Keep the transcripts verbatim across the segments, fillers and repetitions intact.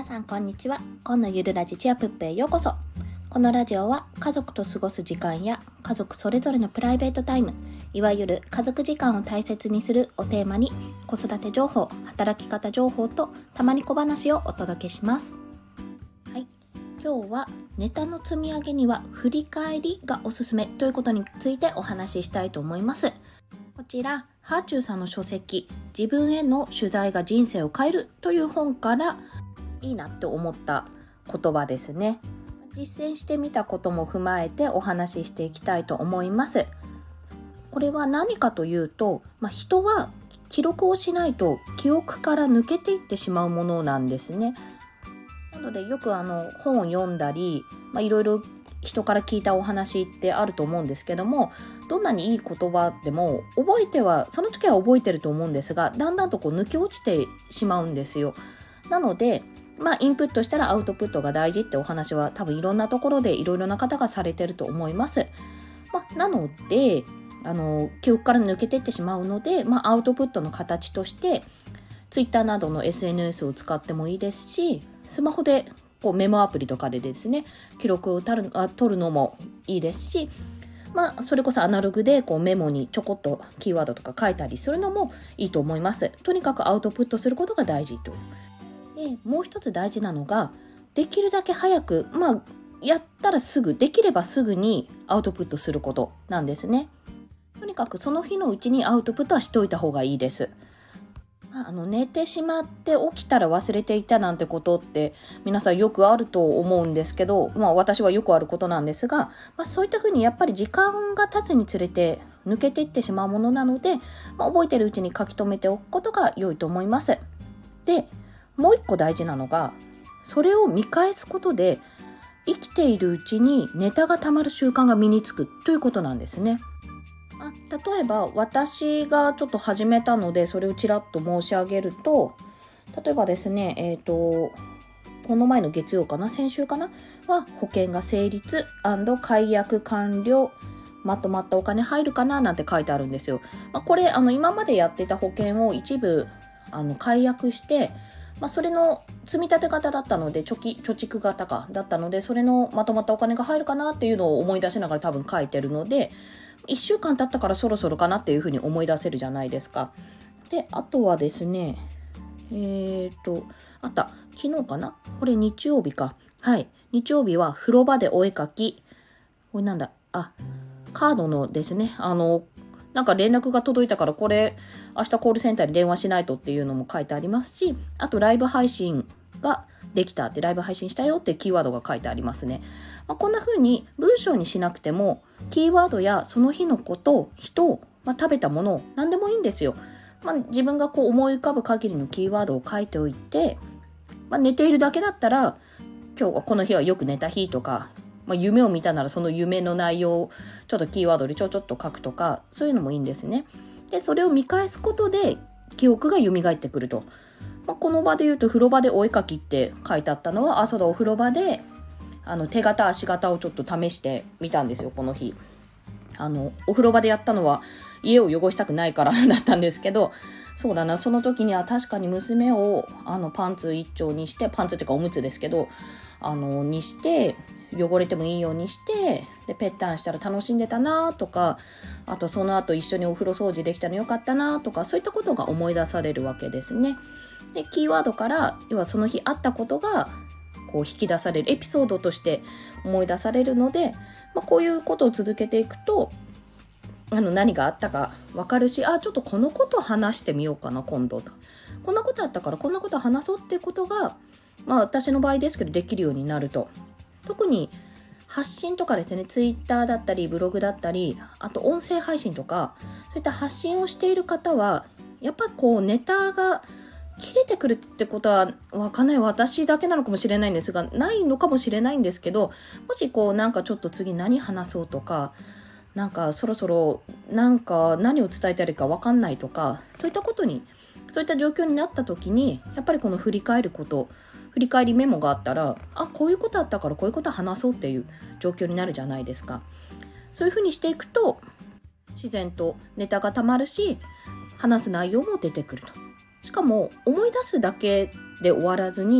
さんこんにちは。今のゆるラジチアプップへようこそ。このラジオは家族と過ごす時間や家族それぞれのプライベートタイム、いわゆる家族時間を大切にするをテーマに、子育て情報、働き方情報とたまに小話をお届けします。はい、今日はネタの積み上げには振り返りがおすすめということについてお話ししたいと思います。こちらハーチューさんの書籍、自分への取材が人生を変えるという本からいいなって思った言葉ですね。実践してみたことも踏まえてお話ししていきたいと思います。これは何かというと、まあ、人は記録をしないと記憶から抜けていってしまうものなんですね。なのでよくあの本を読んだり、まあ、いろいろ人から聞いたお話ってあると思うんですけども、どんなにいい言葉でも覚えてはその時は覚えてると思うんですが、だんだんとこう抜け落ちてしまうんですよ。なのでまあインプットしたらアウトプットが大事ってお話は多分いろんなところでいろいろな方がされてると思います。まあ、なのであの記憶から抜けていってしまうので、まあ、アウトプットの形としてツイッターなどの エスエヌエス を使ってもいいですし、スマホでこうメモアプリとかでですね記録を取る、あ取るのもいいですし、まあ、それこそアナログでこうメモにちょこっとキーワードとか書いたりするのもいいと思います。とにかくアウトプットすることが大事と。でもう一つ大事なのが、できるだけ早く、まあ、やったらすぐ、できればすぐにアウトプットすることなんですね。とにかくその日のうちにアウトプットはしておいた方がいいです。あの寝てしまって起きたら忘れていたなんてことって皆さんよくあると思うんですけど、まあ私はよくあることなんですが、まあ、そういったふうにやっぱり時間が経つにつれて抜けていってしまうものなので、まあ、覚えてるうちに書き留めておくことが良いと思います。で、もう一個大事なのが、それを見返すことで生きているうちにネタがたまる習慣が身につくということなんですね。あ、例えば私がちょっと始めたのでそれをちらっと申し上げると、例えばですね、えっとこの前の月曜かな、先週かなは保険が成立&解約完了、まとまったお金入るかななんて書いてあるんですよ。まあ、これあの今までやっていた保険を一部あの解約して、まあ、それの積み立て型だったので貯金貯蓄型かだったので、それのまとまったお金が入るかなっていうのを思い出しながら多分書いてるので、いっしゅうかん経ったからそろそろかなっていうふうに思い出せるじゃないですか。で、あとはですね、えっとあった昨日かな、これ日曜日か、はい日曜日は風呂場でお絵かき、これなんだ、あカードのですね、あのなんか連絡が届いたからこれ明日コールセンターに電話しないとっていうのも書いてありますし、あとライブ配信ができたって、ライブ配信したよってキーワードが書いてありますね。まあ、こんな風に文章にしなくてもキーワードやその日のこと、人、まあ、食べたもの何でもいいんですよ。まあ、自分がこう思い浮かぶ限りのキーワードを書いておいて、まあ、寝ているだけだったら今日はこの日はよく寝た日とか、まあ、夢を見たならその夢の内容をちょっとキーワードでちょちょっと書くとか、そういうのもいいんですね。で、それを見返すことで記憶が蘇ってくると。まあ、この場で言うと風呂場でお絵かきって書いてあったのは、あ、そうだ、お風呂場であの手形足形をちょっと試してみたんですよ、この日。あのお風呂場でやったのは家を汚したくないからだったんですけど、そうだな、その時には確かに娘をあのパンツ一丁にして、パンツっていうかおむつですけど、あのにして汚れてもいいようにして、でペッタンしたら楽しんでたなとか、あとその後一緒にお風呂掃除できたのよかったなとか、そういったことが思い出されるわけですね。で、キーワードから要はその日あったことがこう引き出される、エピソードとして思い出されるので、まあ、こういうことを続けていくとあの何があったか分かるし、あ、ちょっとこのことを話してみようかな今度と、こんなことあったからこんなことを話そうっていうことが、まあ私の場合ですけどできるようになると。特に発信とかですね、ツイッターだったりブログだったり、あと音声配信とか、そういった発信をしている方はやっぱりこうネタが切れてくるってことはわかんない、私だけなのかもしれないんですが、ないのかもしれないんですけど、もしこうなんかちょっと次何話そうとか、なんかそろそろなんか何を伝えたらいいかわかんないとか、そういったことに、そういった状況になった時にやっぱりこの振り返ること、振り返りメモがあったら、あ、こういうことあったからこういうこと話そうっていう状況になるじゃないですか。そういうふうにしていくと自然とネタがたまるし、話す内容も出てくると。しかも思い出すだけで終わらずに、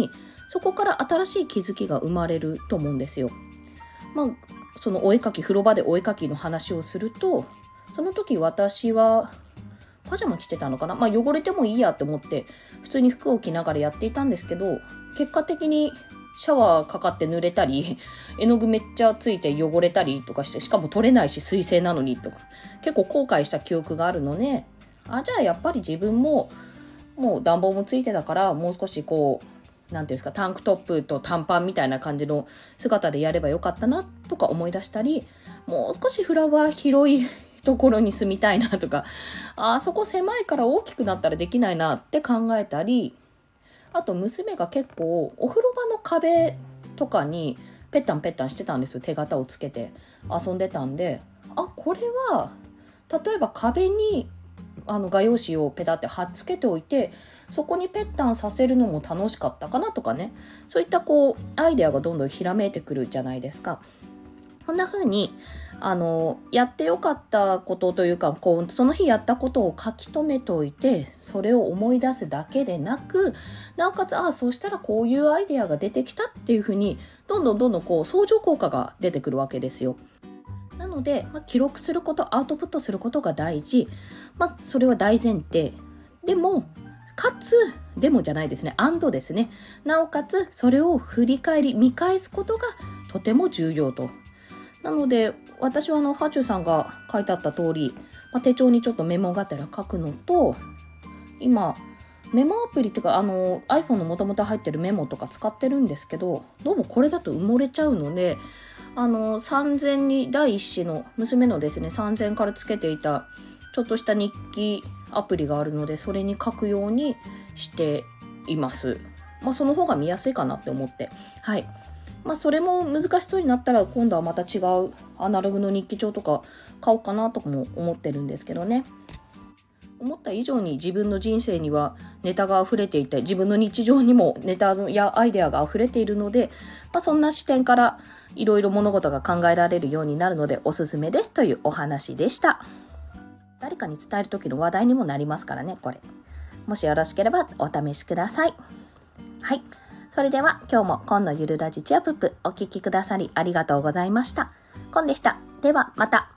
そこから新しい気づきが生まれると思うんですよ。まあ、そのお絵かき、風呂場でお絵かきの話をすると、その時私はパジャマ着てたのかな、まあ汚れてもいいやって思って普通に服を着ながらやっていたんですけど、結果的にシャワーかかって濡れたり、絵の具めっちゃついて汚れたりとかして、しかも取れないし水性なのにとか、結構後悔した記憶があるので、あ、じゃあやっぱり自分ももう暖房もついてたから、もう少しこう、なんていうんですか、タンクトップと短パンみたいな感じの姿でやればよかったなとか思い出したり、もう少しフラワー広いところに住みたいなとか、あそこ狭いから大きくなったらできないなって考えたり、あと娘が結構お風呂場の壁とかにペッタンペッタンしてたんですよ。手形をつけて遊んでたんで、あ、これは例えば壁にあの画用紙をペタって貼っつけておいて、そこにペッタンさせるのも楽しかったかなとかね、そういったこうアイデアがどんどんひらめいてくるじゃないですか。こんな風にあのやってよかったことというか、こうその日やったことを書き留めておいて、それを思い出すだけでなく、なおかつ、ああそうしたらこういうアイデアが出てきたっていう風に、どんどんどんどんこう相乗効果が出てくるわけですよ。なので、まあ、記録すること、アウトプットすることが大事、まあ、それは大前提でも、かつでもじゃないですね、アンドですね、なおかつそれを振り返り見返すことがとても重要と。なので私はあのハチューさんが書いてあった通り、まあ、手帳にちょっとメモがてら書くのと、今メモアプリっていうかあの iPhone のもともと入ってるメモとか使ってるんですけど、どうもこれだと埋もれちゃうので、あの産前に第一子の娘のですね、産前からつけていたちょっとした日記アプリがあるので、それに書くようにしています。まあその方が見やすいかなって思って、はい。まあそれも難しそうになったら今度はまた違うアナログの日記帳とか買おうかなとかも思ってるんですけどね。思った以上に自分の人生にはネタが溢れていて、自分の日常にもネタやアイデアが溢れているので、まあ、そんな視点からいろいろ物事が考えられるようになるのでおすすめですというお話でした。誰かに伝える時の話題にもなりますからね、これ。もしよろしければお試しください。はい。それでは今日もコンのゆるラジチアプップお聞きくださりありがとうございました。コンでした。ではまた。